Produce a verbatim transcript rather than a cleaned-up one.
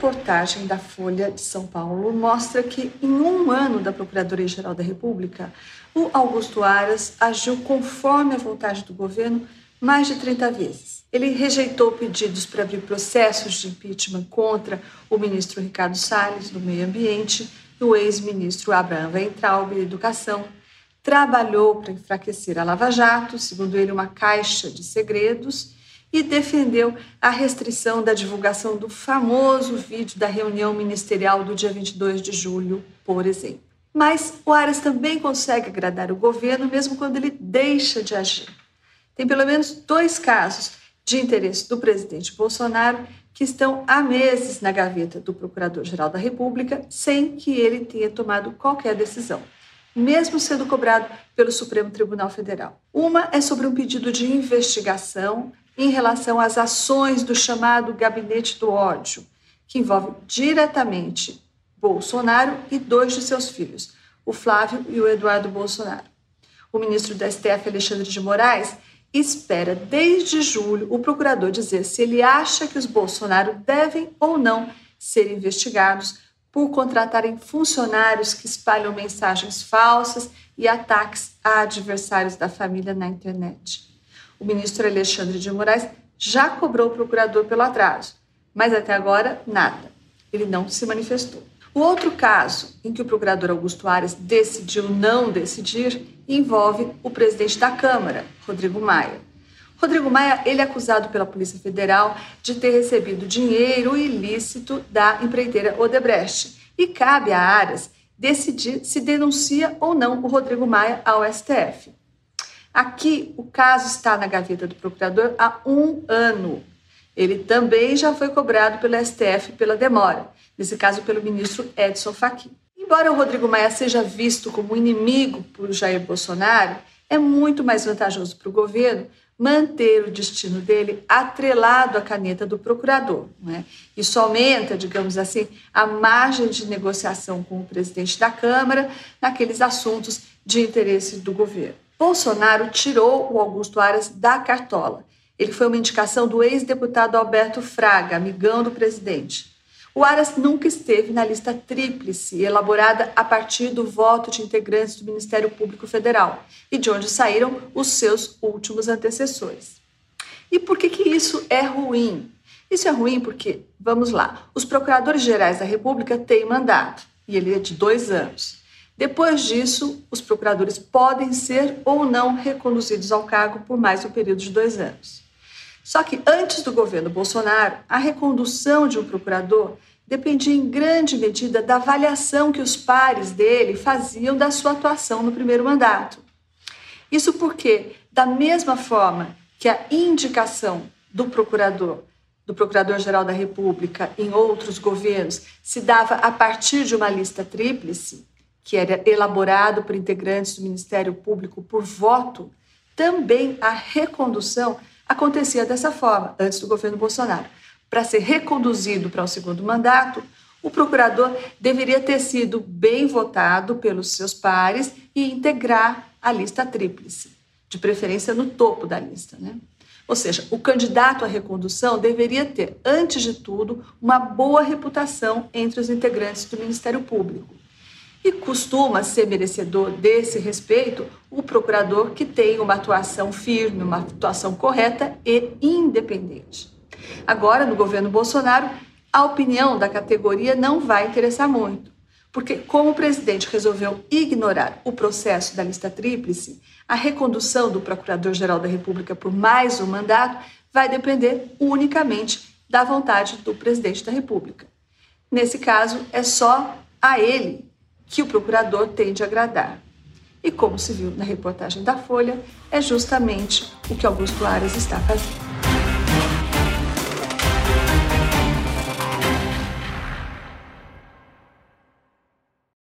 reportagem da Folha de São Paulo mostra que, em um ano da Procuradoria-Geral da República, o Augusto Aras agiu conforme a vontade do governo mais de trinta vezes. Ele rejeitou pedidos para abrir processos de impeachment contra o ministro Ricardo Salles, do Meio Ambiente, e o ex-ministro Abraham Weintraub, da Educação. Trabalhou para enfraquecer a Lava Jato, segundo ele, uma caixa de segredos, e defendeu a restrição da divulgação do famoso vídeo da reunião ministerial do dia vinte e dois de julho, por exemplo. Mas o Aras também consegue agradar o governo mesmo quando ele deixa de agir. Tem pelo menos dois casos de interesse do presidente Bolsonaro que estão há meses na gaveta do Procurador-Geral da República sem que ele tenha tomado qualquer decisão, mesmo sendo cobrado pelo Supremo Tribunal Federal. Uma é sobre um pedido de investigação em relação às ações do chamado Gabinete do Ódio, que envolve diretamente Bolsonaro e dois de seus filhos, o Flávio e o Eduardo Bolsonaro. O ministro do S T F, Alexandre de Moraes, espera desde julho o procurador dizer se ele acha que os Bolsonaro devem ou não ser investigados por contratarem funcionários que espalham mensagens falsas e ataques a adversários da família na internet. O ministro Alexandre de Moraes já cobrou o procurador pelo atraso, mas até agora nada. Ele não se manifestou. O outro caso em que o procurador Augusto Aras decidiu não decidir envolve o presidente da Câmara, Rodrigo Maia. Rodrigo Maia, ele é acusado pela Polícia Federal de ter recebido dinheiro ilícito da empreiteira Odebrecht e cabe a Aras decidir se denuncia ou não o Rodrigo Maia ao S T F. Aqui, o caso está na gaveta do procurador há um ano. Ele também já foi cobrado pelo S T F pela demora, nesse caso pelo ministro Edson Fachin. Embora o Rodrigo Maia seja visto como inimigo por Jair Bolsonaro, é muito mais vantajoso para o governo manter o destino dele atrelado à caneta do procurador, não é? Isso aumenta, digamos assim, a margem de negociação com o presidente da Câmara naqueles assuntos de interesse do governo. Bolsonaro tirou o Augusto Aras da cartola. Ele foi uma indicação do ex-deputado Alberto Fraga, amigão do presidente. O Aras nunca esteve na lista tríplice, elaborada a partir do voto de integrantes do Ministério Público Federal, e de onde saíram os seus últimos antecessores. E por que que isso é ruim? Isso é ruim porque, vamos lá, os procuradores-gerais da República têm mandato, e ele é de dois anos. Depois disso, os procuradores podem ser ou não reconduzidos ao cargo por mais um período de dois anos. Só que antes do governo Bolsonaro, a recondução de um procurador dependia em grande medida da avaliação que os pares dele faziam da sua atuação no primeiro mandato. Isso porque, da mesma forma que a indicação do procurador, do Procurador-Geral da República em outros governos se dava a partir de uma lista tríplice, que era elaborado por integrantes do Ministério Público por voto, também a recondução acontecia dessa forma, antes do governo Bolsonaro. Para ser reconduzido para o segundo mandato, o procurador deveria ter sido bem votado pelos seus pares e integrar a lista tríplice, de preferência no topo da lista, né? Ou seja, o candidato à recondução deveria ter, antes de tudo, uma boa reputação entre os integrantes do Ministério Público. E costuma ser merecedor desse respeito o procurador que tem uma atuação firme, uma atuação correta e independente. Agora, no governo Bolsonaro, a opinião da categoria não vai interessar muito, porque como o presidente resolveu ignorar o processo da lista tríplice, a recondução do Procurador-Geral da República por mais um mandato vai depender unicamente da vontade do presidente da República. Nesse caso, é só a ele que o procurador tem de agradar. E como se viu na reportagem da Folha, é justamente o que Augusto Aras está fazendo.